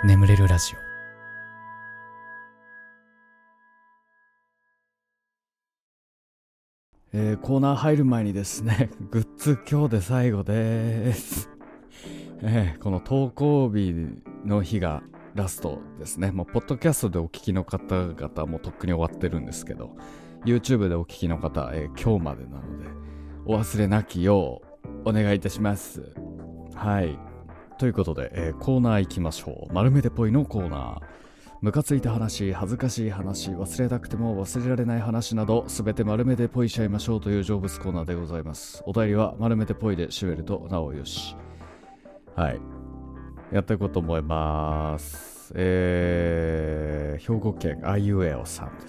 眠れるラジオ。コーナー入る前にですね、グッズ今日で最後です。この投稿日の日がラストですね。もうポッドキャストでお聞きの方々もとっくに終わってるんですけど、YouTube でお聞きの方、今日までなのでお忘れなきようお願いいたします。はい。ということで、コーナー行きましょう。丸めてぽいのコーナー。ムカついた話、恥ずかしい話、忘れたくても忘れられない話など、すべて丸めてぽいしちゃいましょうという成仏コーナーでございます。お便りは丸めてぽいで締めるとなおよし。はい。やっていこうと思います。兵庫県あいうえおさんです。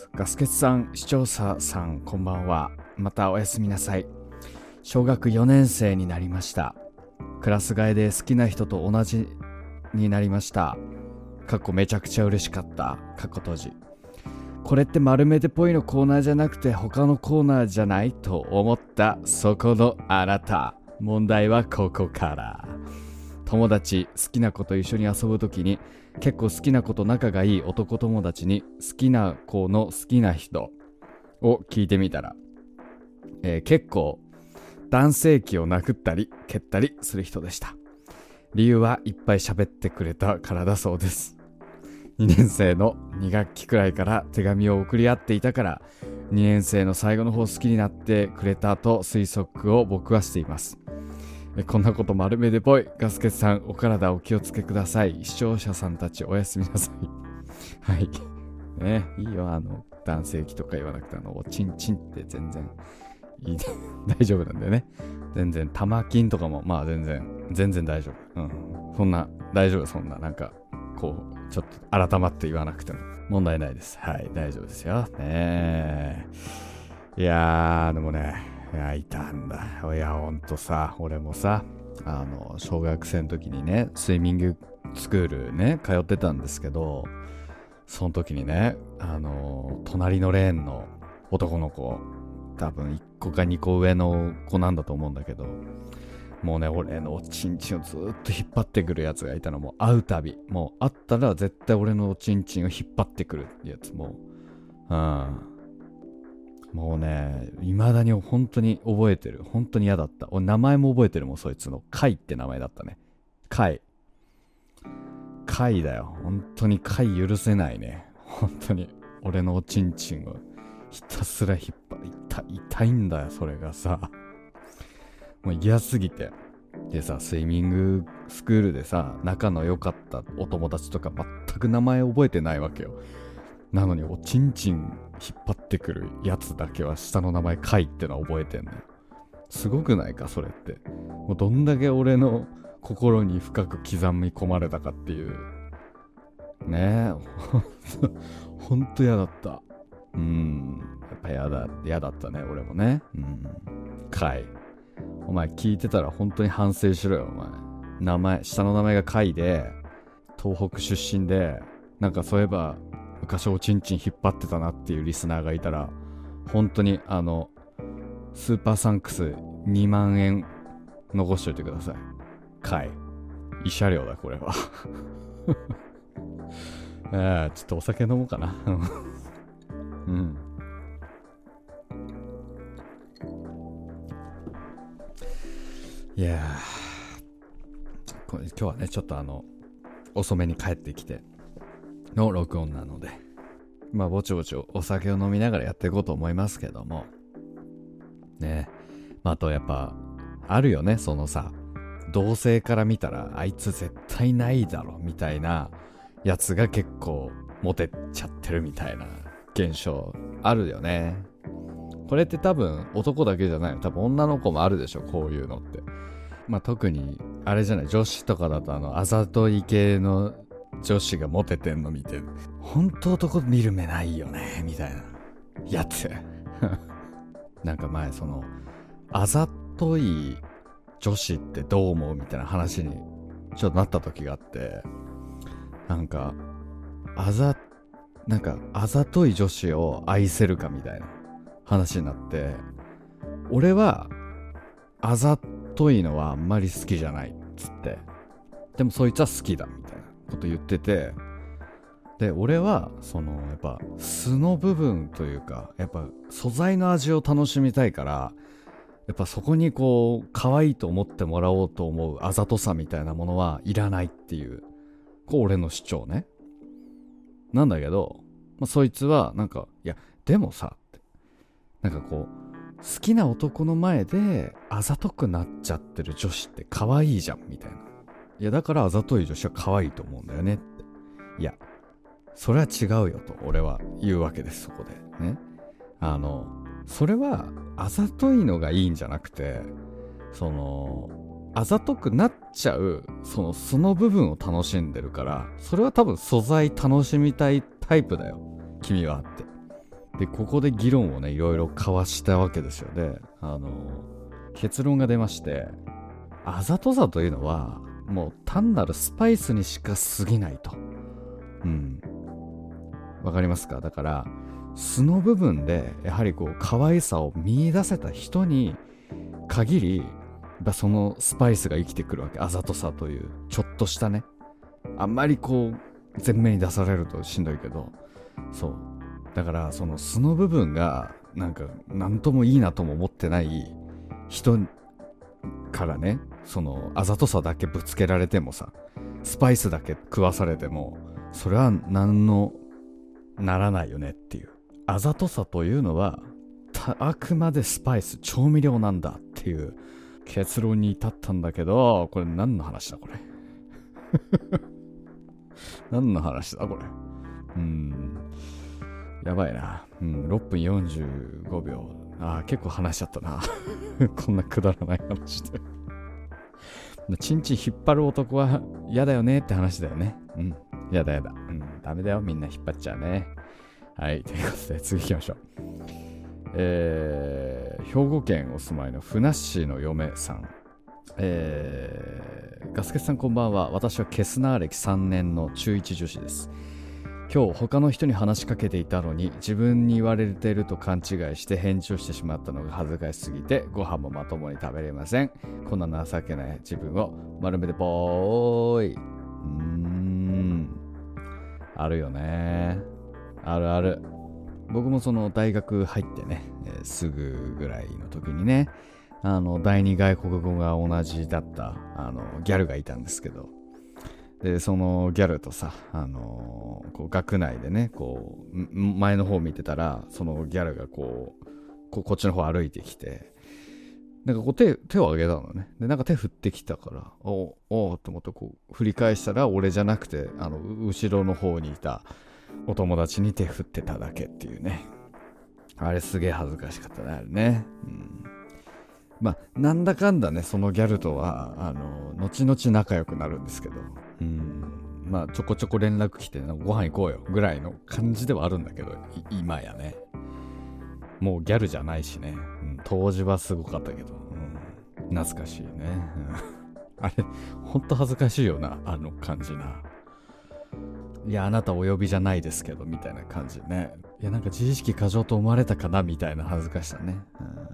ガスケツさん、視聴者さん、こんばんは。またおやすみなさい。小学4年生になりました。クラス替えで好きな人と同じになりました。めちゃくちゃ嬉しかった。閉じ。これって丸めてぽいのコーナーじゃなくて他のコーナーじゃないと思ったそこのあなた。問題はここから。友達、好きな子と一緒に遊ぶときに結構好きな子と仲がいい男友達に好きな子の好きな人を聞いてみたら、結構男性器を殴ったり蹴ったりする人でした。理由はいっぱい喋ってくれたからだそうです。2年生の2学期くらいから手紙を送り合っていたから2年生の最後の方好きになってくれたと推測を僕はしています。こんなこと丸めでぽい。ガスケツさん、お体お気をつけください。視聴者さんたちおやすみなさい。はいね、いいよ、男性器とか言わなくておちんちんって全然いい大丈夫なんだよね。全然玉金とかもまあ全然大丈夫。そんな大丈夫。そんななんかこうちょっと改まって言わなくても問題ないです。はい、大丈夫ですよね。いやーでもね、いたんだ。いやほんとさ、俺もさ小学生の時にねスイミングスクールね通ってたんですけど、その時にね隣のレーンの男の子、多分1個か2個上の子なんだと思うんだけど、もうね俺のおちんちんをずっと引っ張ってくるやつがいたの。もう会うたび、もう会ったら絶対俺のおちんちんを引っ張ってくるやつ。もうね未だに本当に覚えてる。本当に嫌だった。俺名前も覚えてるもん。そいつのカイって名前だったね。カイだよ。本当にカイ許せないね。本当に俺のおちんちんをひたすら引っ張り痛いんだよ。それがさもう嫌すぎて。でさ、スイミングスクールでさ仲の良かったお友達とか全く名前覚えてないわけよ。なのにおちんちん引っ張ってくるやつだけは下の名前カイってのは覚えてんのよ。すごくないかそれって。もうどんだけ俺の心に深く刻み込まれたかっていうねえほんと嫌だった。やっぱ嫌だったね。俺もね。カイ、お前聞いてたら本当に反省しろよ。お前下の名前がカイで東北出身で、なんかそういえば昔おちんちん引っ張ってたなっていうリスナーがいたら、本当にスーパーサンクス2万円残しといてください。カイ、慰謝料だこれはちょっとお酒飲もうかないやー、今日はねちょっと遅めに帰ってきての録音なので、まあぼちぼちお酒を飲みながらやっていこうと思いますけどもね。あとやっぱあるよね、そのさ、同性から見たらあいつ絶対ないだろみたいなやつが結構モテちゃってるみたいな現象あるよね。これって多分男だけじゃないの。多分女の子もあるでしょ、こういうのって。まあ特にあれじゃない、女子とかだとあざとい系の女子がモテてんの見て、本当男見る目ないよねみたいなやつなんか前そのあざとい女子ってどう思うみたいな話にちょっとなった時があって、なんかあざとい女子を愛せるかみたいな話になって、俺はあざといのはあんまり好きじゃないっつって、でもそいつは好きだみたいなこと言ってて、で俺はそのやっぱ素の部分というか、やっぱ素材の味を楽しみたいから、やっぱそこにこう可愛いと思ってもらおうと思うあざとさみたいなものはいらないっていう、こう俺の主張ね。なんだけど、そいつはなんか、いやでもさって、なんかこう好きな男の前であざとくなっちゃってる女子って可愛いじゃんみたいな。いやだからあざとい女子は可愛いと思うんだよねって。いやそれは違うよと俺は言うわけです。そこでね、それはあざといのがいいんじゃなくて、そのあざとくなっちゃうその素の部分を楽しんでるから、それは多分素材楽しみたいタイプだよ君はって。でここで議論をねいろいろ交わしたわけですよ。で結論が出まして、あざとさというのはもう単なるスパイスにしか過ぎないと。わかりますか？だから素の部分でやはりこう可愛さを見出せた人に限りそのスパイスが生きてくるわけ。あざとさというちょっとしたね、あんまりこう前面に出されるとしんどいけど、そうだからその素の部分がなんか何ともいいなとも思ってない人からね、そのあざとさだけぶつけられてもさ、スパイスだけ食わされてもそれは何のならないよねっていう。あざとさというのはあくまでスパイス、調味料なんだっていう結論に至ったんだけど、これ何の話だこれ何の話だこれ。やばいな。6分45秒。結構話しちゃったなこんなくだらない話でチンチン引っ張る男は嫌だよねって話だよね。やだ。ダメだよ、みんな引っ張っちゃうね。はい、ということで次行きましょう。兵庫県お住まいのふなっしーの嫁さん。ガスケツさんこんばんは。私はケスナー歴3年の中1女子です。今日他の人に話しかけていたのに自分に言われていると勘違いして返事をしてしまったのが恥ずかしすぎて、ご飯もまともに食べれません。こんな情けない自分を丸めてぽーい。あるよね。あるある。僕もその大学入ってね、すぐぐらいの時にね、第二外国語が同じだったギャルがいたんですけど、でそのギャルとさ、こう学内でねこう前の方見てたら、そのギャルがこっちの方歩いてきて、なんかこう手を挙げたのね。でなんか手振ってきたから、おーと思ってこう振り返したら、俺じゃなくて後ろの方にいたお友達に手振ってただけっていうね。あれすげえ恥ずかしかったね、あれね。なんだかんだね、そのギャルとは後々仲良くなるんですけど、ちょこちょこ連絡来てご飯行こうよぐらいの感じではあるんだけど、今やねもうギャルじゃないしね、当時はすごかったけど、懐かしいね、あれほんと恥ずかしいよな、あの感じな。いやあなたお呼びじゃないですけどみたいな感じね。いやなんか自意識過剰と思われたかなみたいな恥ずかしさね、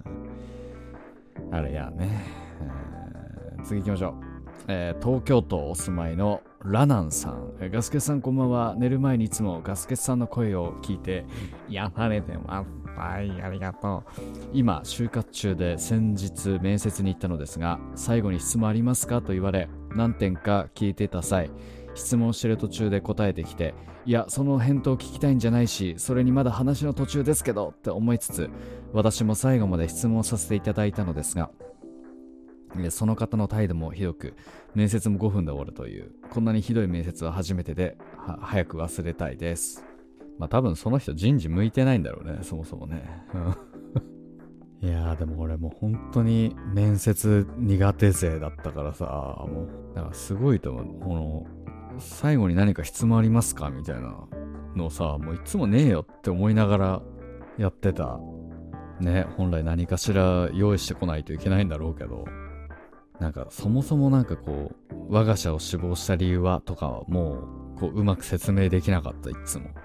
あれやね。次行きましょう。東京都お住まいのラナンさん。ガスケさんこんばんは。寝る前にいつもガスケさんの声を聞いて癒されてます。はい、ありがとう。今就活中で先日面接に行ったのですが、最後に質問ありますかと言われ、何点か聞いてた際、質問してる途中で答えてきて、いやその返答聞きたいんじゃないし、それにまだ話の途中ですけどって思いつつ、私も最後まで質問させていただいたのですが、その方の態度もひどく、面接も5分で終わるという、こんなにひどい面接は初めてで、早く忘れたいです。多分その人人事向いてないんだろうね、そもそもねいやでも俺もう本当に面接苦手勢だったからさ、もうだからすごいと思う。この最後に何か質問ありますかみたいなのをさ、もういつもねえよって思いながらやってたね。本来何かしら用意してこないといけないんだろうけど、なんかそもそもなんかこう我が社を志望した理由はとかはもうこううまく説明できなかった。いつも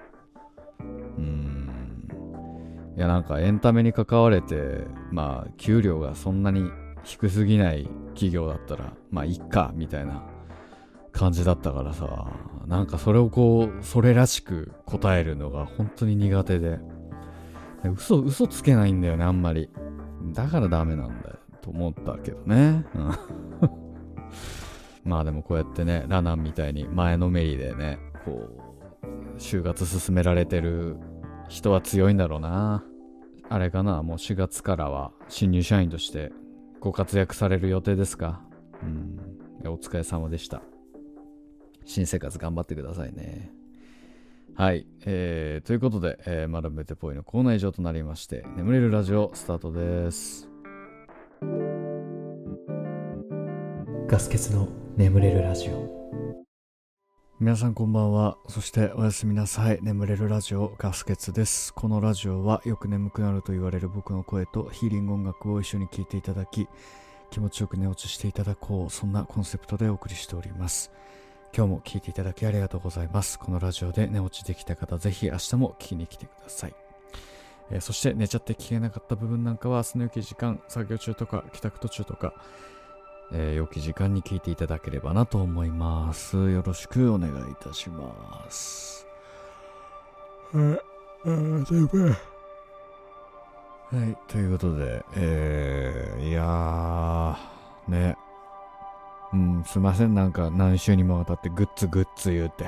いやなんかエンタメに関われて、給料がそんなに低すぎない企業だったらいっかみたいな感じだったからさ、なんかそれをこうそれらしく答えるのが本当に苦手で、嘘つけないんだよね、あんまり。だからダメなんだよと思ったけどね。まあでもこうやってね、ラナンみたいに前のめりでね、こう就活進められてる人は強いんだろうな。あれかな、もう4月からは新入社員としてご活躍される予定ですか？お疲れ様でした。新生活頑張ってくださいね。はい、ということで、まだめてぽいのコーナー以上となりまして、眠れるラジオスタートです。 ガス欠の眠れるラジオ。 皆さんこんばんは。そしておやすみなさい。眠れるラジオガス欠です。このラジオはよく眠くなると言われる僕の声とヒーリング音楽を一緒に聴いていただき、気持ちよく寝落ちしていただこう、そんなコンセプトでお送りしております。今日も聴いていただきありがとうございます。このラジオで寝落ちできた方、ぜひ明日も聞きに来てください。そして寝ちゃって聞けなかった部分なんかは明日の良き時間、作業中とか帰宅途中とか、良き時間に聞いていただければなと思います。よろしくお願いいたします。はい、ということで、いやーね、すいません、なんか何週にもわたってグッズ言うて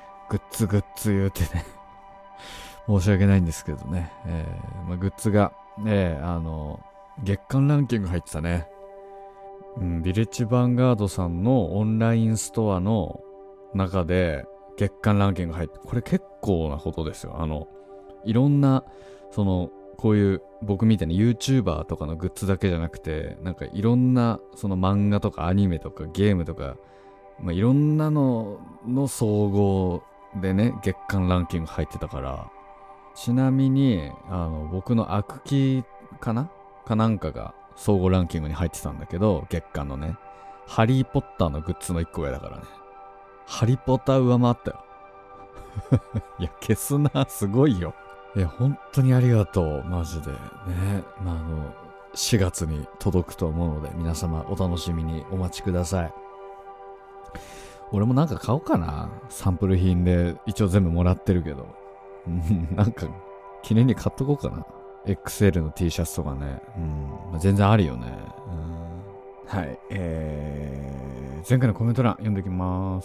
ね申し訳ないんですけどね、グッズが、月間ランキング入ってたね。ビレッジヴァンガードさんのオンラインストアの中で月間ランキング入って、これ結構なことですよ。いろんなこういう僕みたいな YouTuber とかのグッズだけじゃなくて、なんかいろんなその漫画とかアニメとかゲームとか、いろんなのの総合でね、月間ランキング入ってたから。ちなみに僕のアクキなんかが総合ランキングに入ってたんだけど、月間のね、ハリーポッターのグッズの1個上だからね。ハリポタ上回ったよいや消すな、すごいよ。いや本当にありがとう、マジでね。4月に届くと思うので、皆様お楽しみにお待ちください。俺もなんか買おうかな、サンプル品で。一応全部もらってるけどなんか記念に買っとこうかな。XL の T シャツとかね。全然あるよね。はい。前回のコメント欄読んできます。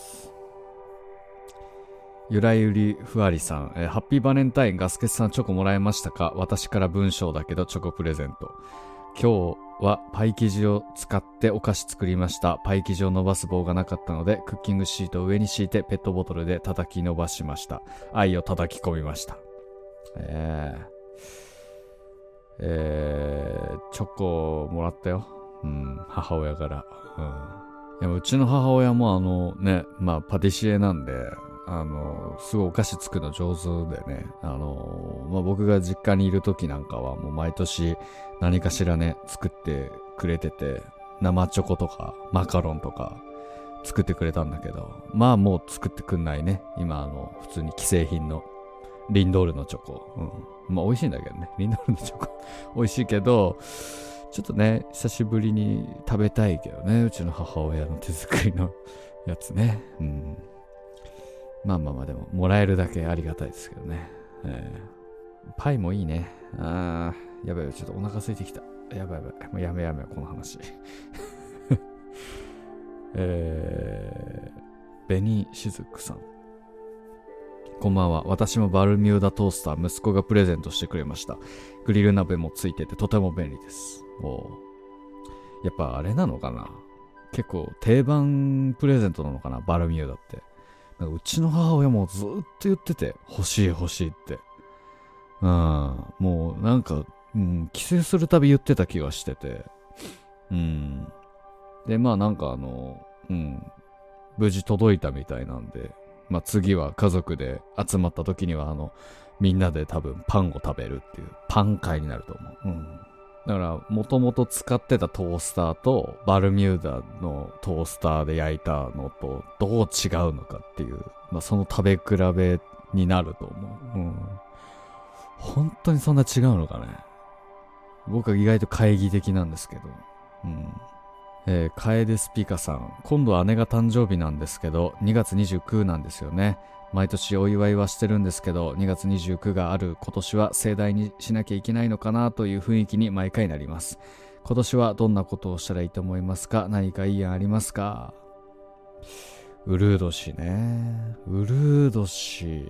ゆらゆりふわりさん、ハッピーバレンタイン、ガスケツさんチョコもらえましたか？私から文章だけどチョコプレゼント。今日はパイ生地を使ってお菓子作りました。パイ生地を伸ばす棒がなかったので、クッキングシートを上に敷いてペットボトルで叩き伸ばしました。愛を叩き込みました。チョコもらったよ。母親から。いや、うちの母親もパティシエなんで、すごいお菓子作るの上手でね、僕が実家にいる時なんかはもう毎年何かしらね作ってくれてて、生チョコとかマカロンとか作ってくれたんだけど、もう作ってくんないね。今普通に既製品のリンドールのチョコ、美味しいんだけどね、リンドールのチョコ美味しいけど、ちょっとね久しぶりに食べたいけどね、うちの母親の手作りのやつね。でももらえるだけありがたいですけどね。パイもいいね。やばい、ちょっとお腹空いてきた。やばい、もうやめこの話紅しずくさん、こんばんは。私もバルミューダトースター息子がプレゼントしてくれました。グリル鍋もついててとても便利です。やっぱあれなのかな、結構定番プレゼントなのかな、バルミューダって。なんかうちの母親もずっと言ってて、欲しいって。もうなんか、帰省するたび言ってた気がしてて。で、なんか無事届いたみたいなんで、次は家族で集まった時にはみんなで多分パンを食べるっていうパン会になると思う。だからもともと使ってたトースターとバルミューダのトースターで焼いたのとどう違うのかっていう、その食べ比べになると思う。本当にそんな違うのかね。僕は意外と懐疑的なんですけど。 楓スピカさん、今度姉が誕生日なんですけど2月29なんですよね。毎年お祝いはしてるんですけど2月29がある今年は盛大にしなきゃいけないのかなという雰囲気に毎回なります。今年はどんなことをしたらいいと思いますか？何かいい案ありますか？ウルー年ね。ウルー年。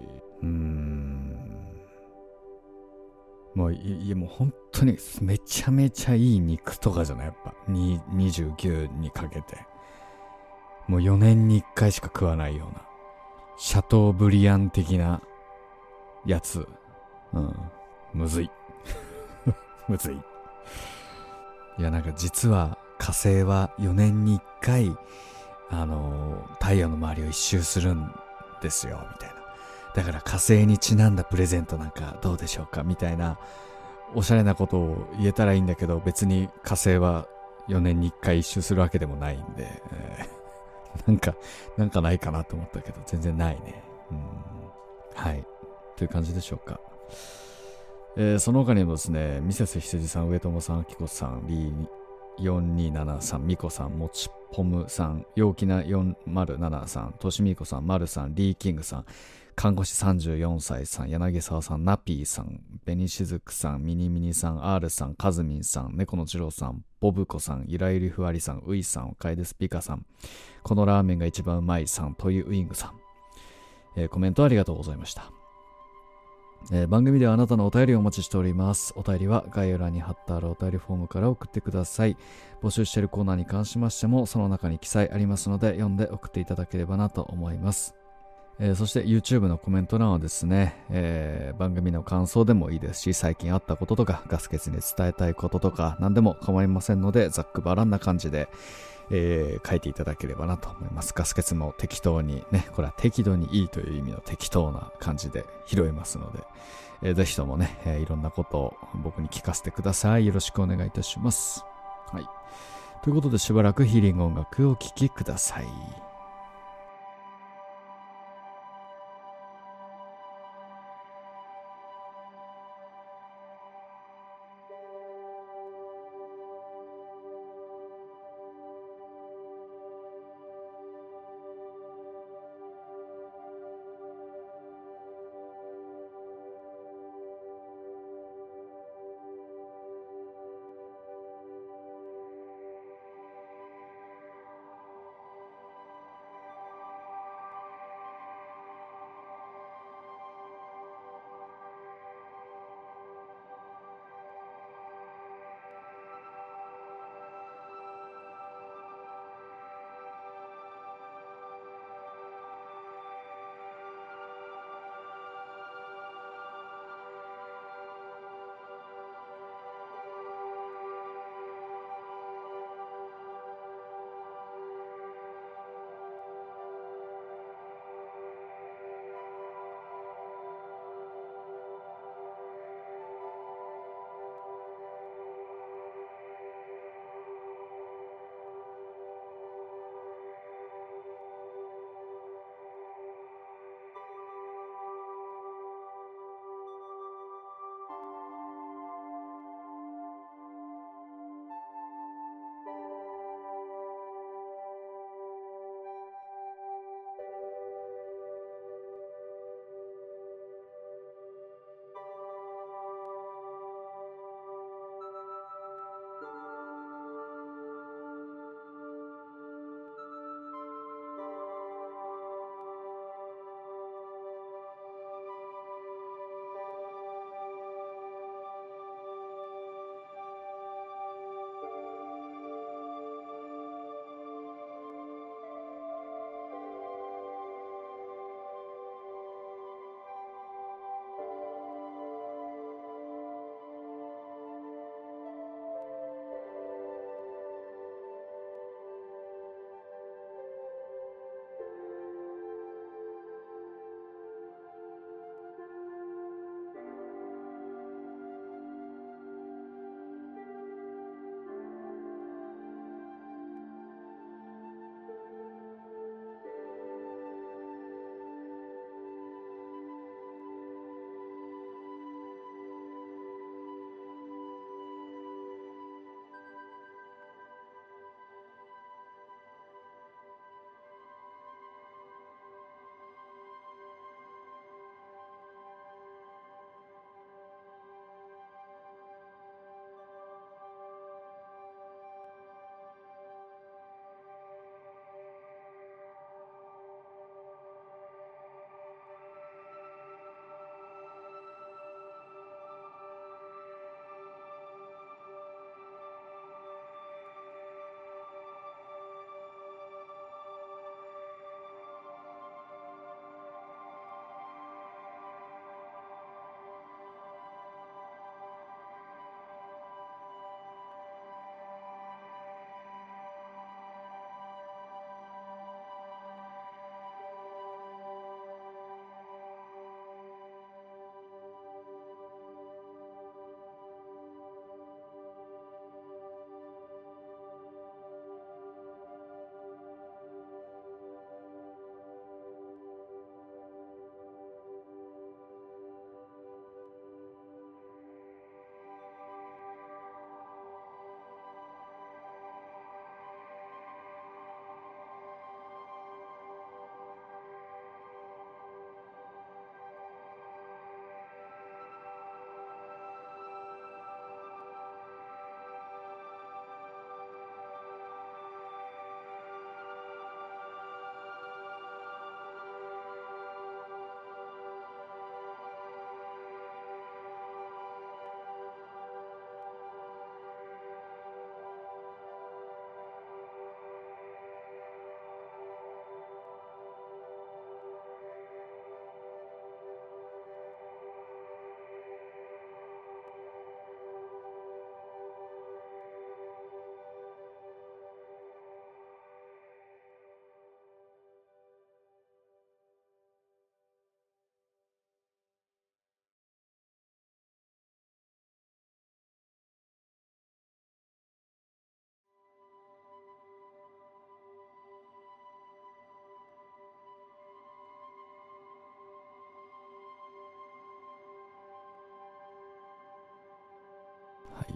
もうもう本当にめちゃめちゃいい肉とかじゃない？やっぱ29にかけてもう4年に1回しか食わないようなシャトーブリアン的なやつ。むずいむずい。いや、なんか実は火星は4年に1回太陽の周りを一周するんですよみたいな。だから火星にちなんだプレゼントなんかどうでしょうかみたいなおしゃれなことを言えたらいいんだけど、別に火星は4年に1回一周するわけでもないんで、なんかないかなと思ったけど全然ないね。はい、という感じでしょうか。その他にもですね、ミセス羊さん、上友さん、キコさん、リー4273、ミコさん、もちポムさん、陽気な407さん、としみこさん、まるさん、リーキングさん、看護師34歳さん、柳沢さん、ナピーさん、ベニシズクさん、ミニミニさん、R さん、カズミンさん、猫の次郎さん、ボブコさん、ゆらゆりふわりさん、ウイさん、カエデスピカさん、このラーメンが一番うまいさん、トイウイングさん、コメントありがとうございました。番組ではあなたのお便りをお待ちしております。お便りは概要欄に貼ってあるお便りフォームから送ってください。募集しているコーナーに関しましてもその中に記載ありますので読んで送っていただければなと思います。そして YouTube のコメント欄はですね、番組の感想でもいいですし、最近あったこととかガス欠に伝えたいこととか何でも構いませんので、ざっくばらんな感じで書いていただければなと思います。ガス欠も適当にね、これは適度にいいという意味の適当な感じで拾えますので、ぜひともね、いろんなことを僕に聞かせてください。よろしくお願いいたします。はい。ということでしばらくヒーリング音楽をお聴きください。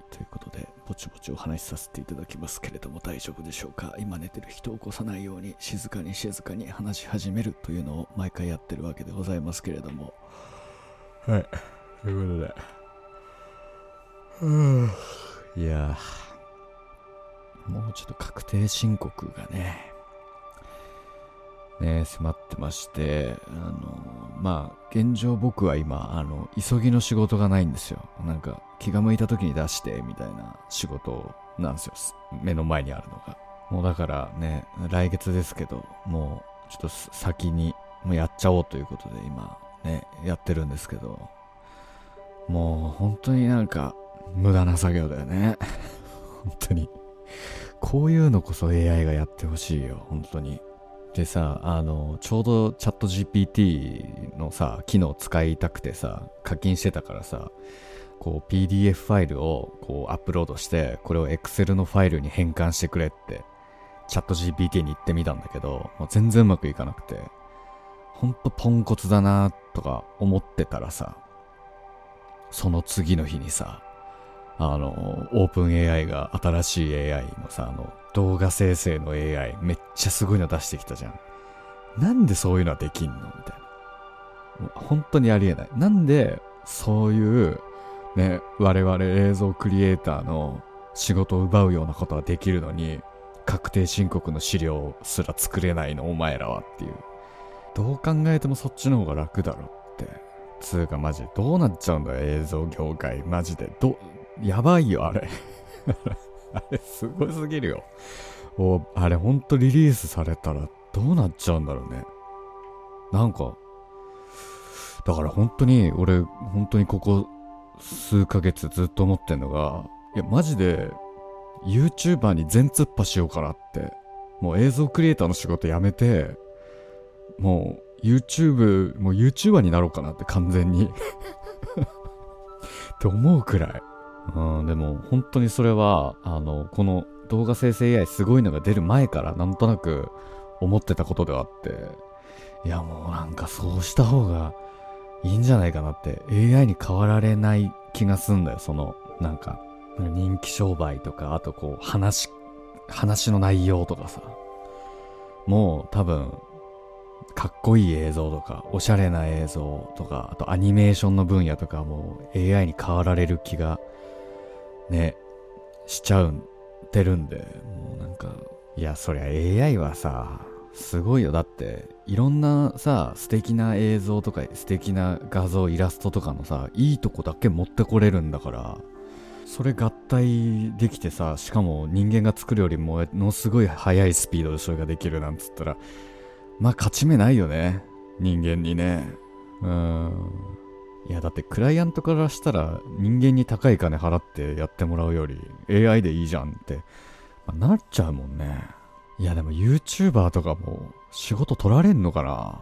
ということでぼちぼちお話しさせていただきますけれども、大丈夫でしょうか。今寝てる人を起こさないように静かに話し始めるというのを毎回やってるわけでございますけれども、はい、ということで、いやもうちょっと確定申告がね迫ってまして、現状僕は今急ぎの仕事がないんですよ。なんか気が向いた時に出してみたいな仕事なんですよ、目の前にあるのが。もうだからね、来月ですけど、もうちょっと先にもうやっちゃおうということで今ねやってるんですけど、もう本当になんか無駄な作業だよね本当にこういうのこそ AI がやってほしいよ本当に。でさ、ちょうどチャット GPT のさ機能使いたくてさ課金してたからさ、こう PDF ファイルをこうアップロードして、これを Excel のファイルに変換してくれってチャット GPT に言ってみたんだけど、もう全然うまくいかなくて、ほんとポンコツだなとか思ってたらさ、その次の日にさ、オープン AI が新しい AI のさ、動画生成の AI めっちゃすごいの出してきたじゃん。なんでそういうのはできんのみたいな。本当にありえない。なんでそういうね、我々映像クリエイターの仕事を奪うようなことはできるのに、確定申告の資料すら作れないのお前らはっていう。どう考えてもそっちの方が楽だろってつうか、マジでどうなっちゃうんだよ映像業界。マジでやばいよあれあれすごすぎるよ。あれほんとリリースされたらどうなっちゃうんだろうね。なんかだから本当に俺本当にここ数ヶ月ずっと思ってんのが、いやマジで YouTuber に全突破しようかなって。もう映像クリエイターの仕事やめて、もう YouTuber になろうかなって完全にって思うくらい。でも本当にそれはこの動画生成 AI すごいのが出る前からなんとなく思ってたことではあって、いやもうなんかそうした方がいいんじゃないかなって。 AI に変わられない気がすんだよ。そのなんか人気商売とか、あとこう話の内容とかさ、もう多分かっこいい映像とかおしゃれな映像とか、あとアニメーションの分野とかもう AI に変わられる気がねしちゃってるんで、もうなんかいやそりゃ AI はさすごいよ。だっていろんなさ素敵な映像とか素敵な画像イラストとかのさいいとこだけ持ってこれるんだから、それ合体できてさ、しかも人間が作るよりものすごい速いスピードでそれができるなんつったら、まあ勝ち目ないよね人間にね。いやだってクライアントからしたら人間に高い金払ってやってもらうより AI でいいじゃんって、なっちゃうもんね。いやでも YouTuber とかも仕事取られんのかな。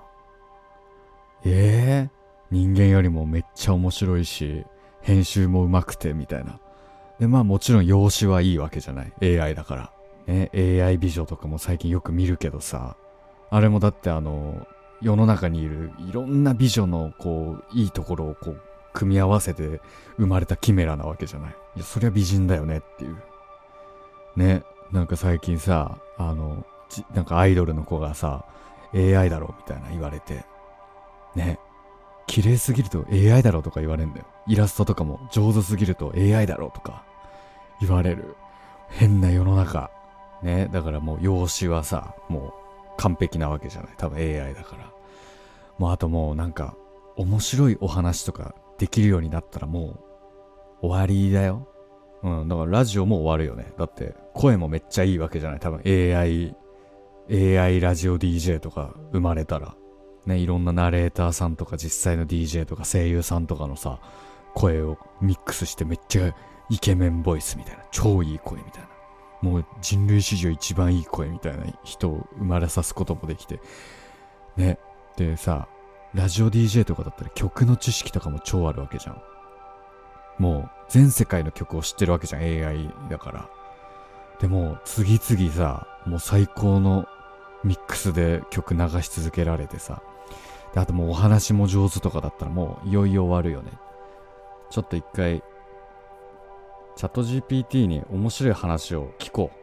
人間よりもめっちゃ面白いし編集も上手くてみたいな。でもちろん容姿はいいわけじゃない AI だからね。 AI 美女とかも最近よく見るけどさ、あれもだって世の中にいるいろんな美女のこういいところをこう組み合わせて生まれたキメラなわけじゃない。いやそりゃ美人だよねっていうね。なんか最近さなんかアイドルの子がさ AI だろみたいな言われてね、綺麗すぎると AI だろとか言われるんだよ。イラストとかも上手すぎると AI だろとか言われる変な世の中ね。だからもう容姿はさもう完璧なわけじゃない多分 AI だから。もうあともうなんか面白いお話とかできるようになったらもう終わりだよ。だからラジオも終わるよね。だって声もめっちゃいいわけじゃない多分 AI ラジオ DJ とか生まれたらね。いろんなナレーターさんとか実際の DJ とか声優さんとかのさ声をミックスしてめっちゃイケメンボイスみたいな超いい声みたいな、もう人類史上一番いい声みたいな人を生まれさすこともできてね。でさラジオ DJ とかだったら曲の知識とかも超あるわけじゃん。もう全世界の曲を知ってるわけじゃん AI だから。でも次々さもう最高のミックスで曲流し続けられてさ、であともうお話も上手とかだったらもういよいよ終わるよね。ちょっと一回チャット GPT に面白い話を聞こ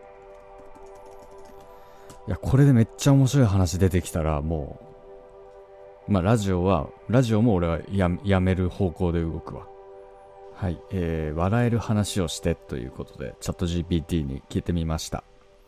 う。いや、これでめっちゃ面白い話出てきたら、もう、まあラジオも俺はやめる方向で動くわ。はい、笑える話をしてということで、チャット GPT に聞いてみました。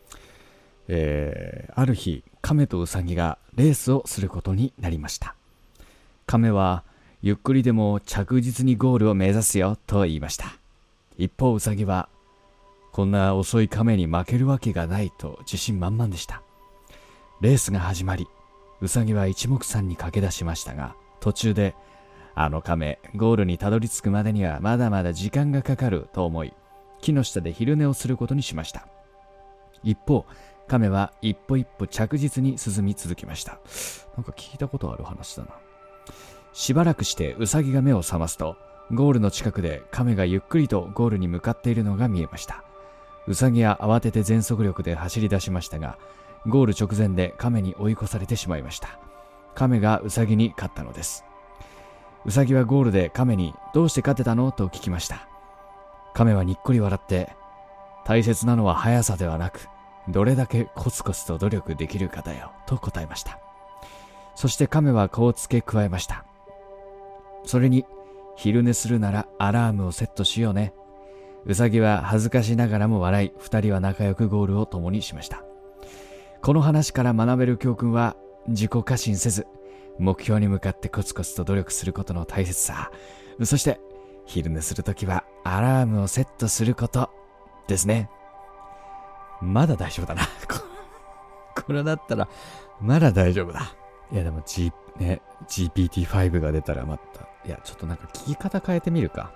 ある日、亀とウサギがレースをすることになりました。亀は、ゆっくりでも着実にゴールを目指すよと言いました。一方ウサギは、こんな遅い亀に負けるわけがないと自信満々でした。レースが始まり、ウサギは一目散に駆け出しましたが、途中で、あの亀、ゴールにたどり着くまでにはまだまだ時間がかかると思い、木の下で昼寝をすることにしました。一方、亀は一歩一歩着実に進み続けました。なんか聞いたことある話だな。しばらくしてウサギが目を覚ますと、ゴールの近くで亀がゆっくりとゴールに向かっているのが見えました。ウサギは慌てて全速力で走り出しましたが、ゴール直前で亀に追い越されてしまいました。亀がウサギに勝ったのです。ウサギはゴールで亀にどうして勝てたのと聞きました。亀はにっこり笑って、大切なのは速さではなく、どれだけコツコツと努力できるかだよと答えました。そして亀はこう付け加えました。それに、昼寝するならアラームをセットしようね。ウサギは恥ずかしながらも笑い、二人は仲良くゴールを共にしました。この話から学べる教訓は、自己過信せず、目標に向かってコツコツと努力することの大切さ。そして、昼寝するときはアラームをセットすることですね。まだ大丈夫だな。これだったら、まだ大丈夫だ。いやでもGPT-5 が出たらまた、いやちょっとなんか聞き方変えてみるか。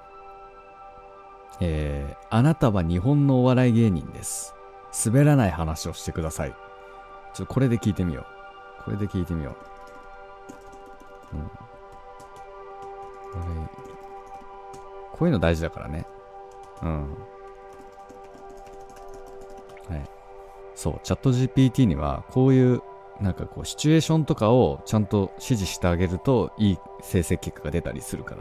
あなたは日本のお笑い芸人です。滑らない話をしてください。ちょっとこれで聞いてみよう。こういうの大事だからね。はい。そう、チャット GPT にはこういうなんかこうシチュエーションとかをちゃんと指示してあげるといい生成結果が出たりするから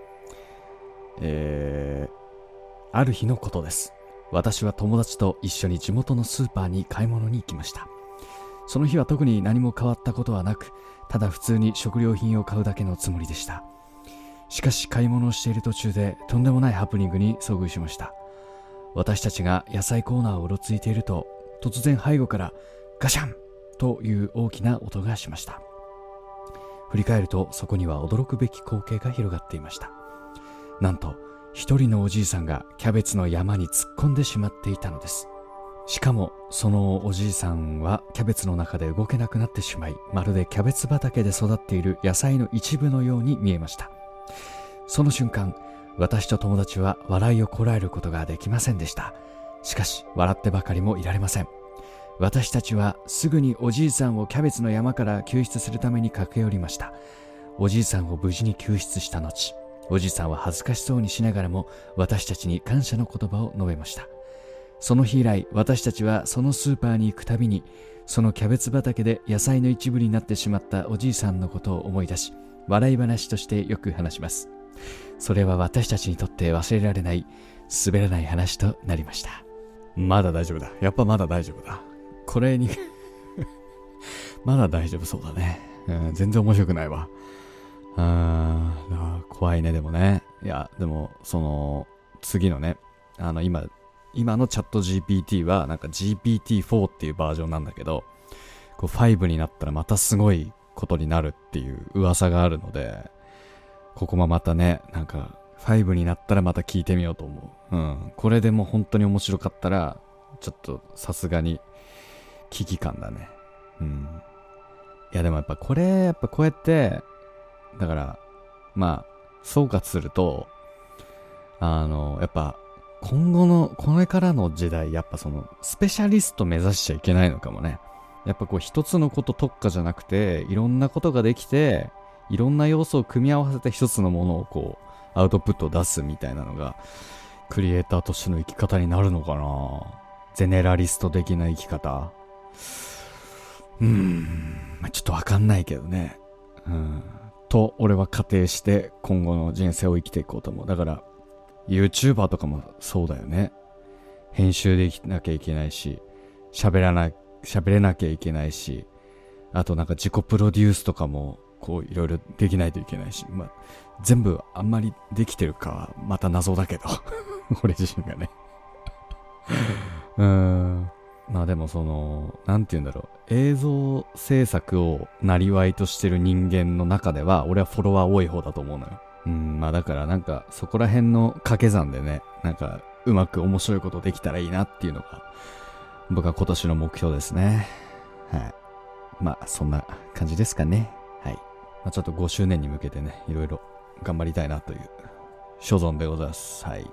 ね。ある日のことです。私は友達と一緒に地元のスーパーに買い物に行きました。その日は特に何も変わったことはなく、ただ普通に食料品を買うだけのつもりでした。しかし買い物をしている途中でとんでもないハプニングに遭遇しました。私たちが野菜コーナーをうろついていると、突然背後からガシャンという大きな音がしました。振り返るとそこには驚くべき光景が広がっていました。なんと一人のおじいさんがキャベツの山に突っ込んでしまっていたのです。しかもそのおじいさんはキャベツの中で動けなくなってしまい、まるでキャベツ畑で育っている野菜の一部のように見えました。その瞬間、私と友達は笑いをこらえることができませんでした。しかし笑ってばかりもいられません。私たちはすぐにおじいさんをキャベツの山から救出するために駆け寄りました。おじいさんを無事に救出した後、おじいさんは恥ずかしそうにしながらも私たちに感謝の言葉を述べました。その日以来、私たちはそのスーパーに行くたびに、そのキャベツ畑で野菜の一部になってしまったおじいさんのことを思い出し、笑い話としてよく話します。それは私たちにとって忘れられない、滑らない話となりました。まだ大丈夫だ。やっぱまだ大丈夫だ。これにまだ大丈夫そうだね。全然面白くないわ。怖いね、でもね。いや、でも、その、次のね、今のチャット GPT は、なんか GPT-4 っていうバージョンなんだけど、こう5になったらまたすごいことになるっていう噂があるので、ここもまたね、なんか、5になったらまた聞いてみようと思う。これでも本当に面白かったら、ちょっとさすがに危機感だね。いやでもやっぱこうやってだからまあ総括するとやっぱ今後のこれからの時代やっぱそのスペシャリスト目指しちゃいけないのかもね。やっぱこう一つのこと特化じゃなくていろんなことができていろんな要素を組み合わせて一つのものをこうアウトプットを出すみたいなのがクリエイターとしての生き方になるのかな。ゼネラリスト的な生き方。まあ、ちょっとわかんないけどね。と俺は仮定して今後の人生を生きていこうと思う。だから YouTuber とかもそうだよね。編集できなきゃいけないし、喋れなきゃいけないし、あとなんか自己プロデュースとかもこういろいろできないといけないし、まあ全部あんまりできてるかはまた謎だけど俺自身がねまあでもそのなんて言うんだろう、映像制作を生りとしてる人間の中では俺はフォロワー多い方だと思うのよ。まあだからなんかそこら辺の掛け算でね、なんかうまく面白いことできたらいいなっていうのが僕は今年の目標ですね。はい。まあそんな感じですかね。はい。まあ、ちょっと5周年に向けてね、いろいろ頑張りたいなという所存でございます。はい。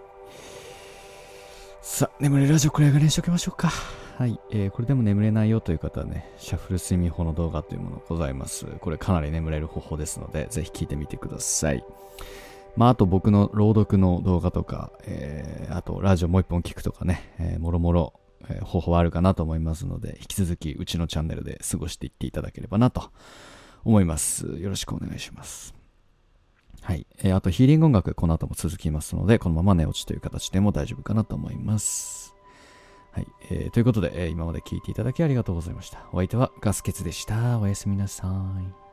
さあ、眠れるラジオこれぐらいにしときましょうか。はい。これでも眠れないよという方はね、シャッフル睡眠法の動画というものございます。これかなり眠れる方法ですので、ぜひ聞いてみてください。まあ、あと僕の朗読の動画とか、あとラジオもう一本聞くとかね、もろもろ方法はあるかなと思いますので、引き続きうちのチャンネルで過ごしていっていただければなと思います。よろしくお願いします。はい。あとヒーリング音楽この後も続きますので、このまま寝落ちという形でも大丈夫かなと思います。はい。ということで、今まで聞いていただきありがとうございました。お相手はガスケツでした。おやすみなさい。